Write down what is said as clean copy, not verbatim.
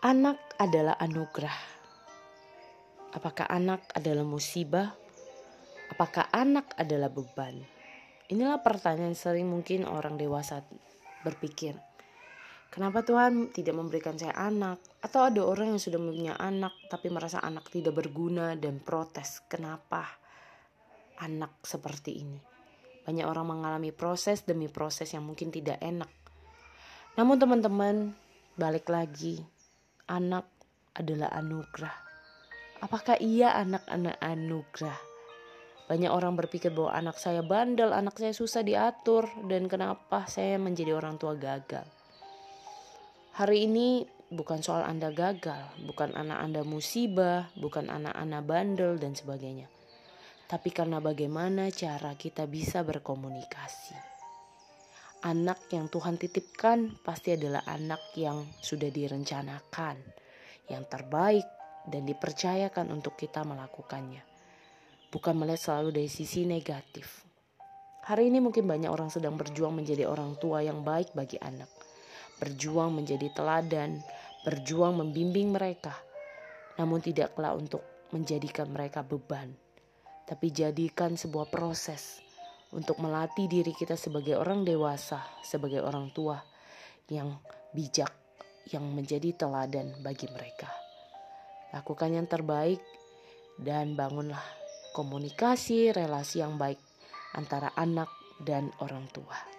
Anak adalah anugerah. Apakah anak adalah musibah? Apakah anak adalah beban? Inilah pertanyaan sering mungkin orang dewasa berpikir. Kenapa Tuhan tidak memberikan saya anak? Atau ada orang yang sudah punya anak tapi merasa anak tidak berguna dan protes. Kenapa anak seperti ini? Banyak orang mengalami proses demi proses yang mungkin tidak enak. Namun teman-teman, balik lagi. Anak adalah anugerah. Apakah ia anak-anak anugerah? Banyak orang berpikir bahwa anak saya bandel, anak saya susah diatur, dan kenapa saya menjadi orang tua gagal. Hari ini bukan soal Anda gagal, bukan anak Anda musibah, bukan anak Anda bandel dan sebagainya. Tapi karena bagaimana cara kita bisa berkomunikasi. Anak yang Tuhan titipkan pasti adalah anak yang sudah direncanakan, yang terbaik dan dipercayakan untuk kita melakukannya. Bukan melihat selalu dari sisi negatif. Hari ini mungkin banyak orang sedang berjuang menjadi orang tua yang baik bagi anak. Berjuang menjadi teladan, berjuang membimbing mereka. Namun tidaklah untuk menjadikan mereka beban. Tapi jadikan sebuah proses untuk melatih diri kita sebagai orang dewasa, sebagai orang tua yang bijak, yang menjadi teladan bagi mereka. Lakukan yang terbaik dan bangunlah komunikasi, relasi yang baik antara anak dan orang tua.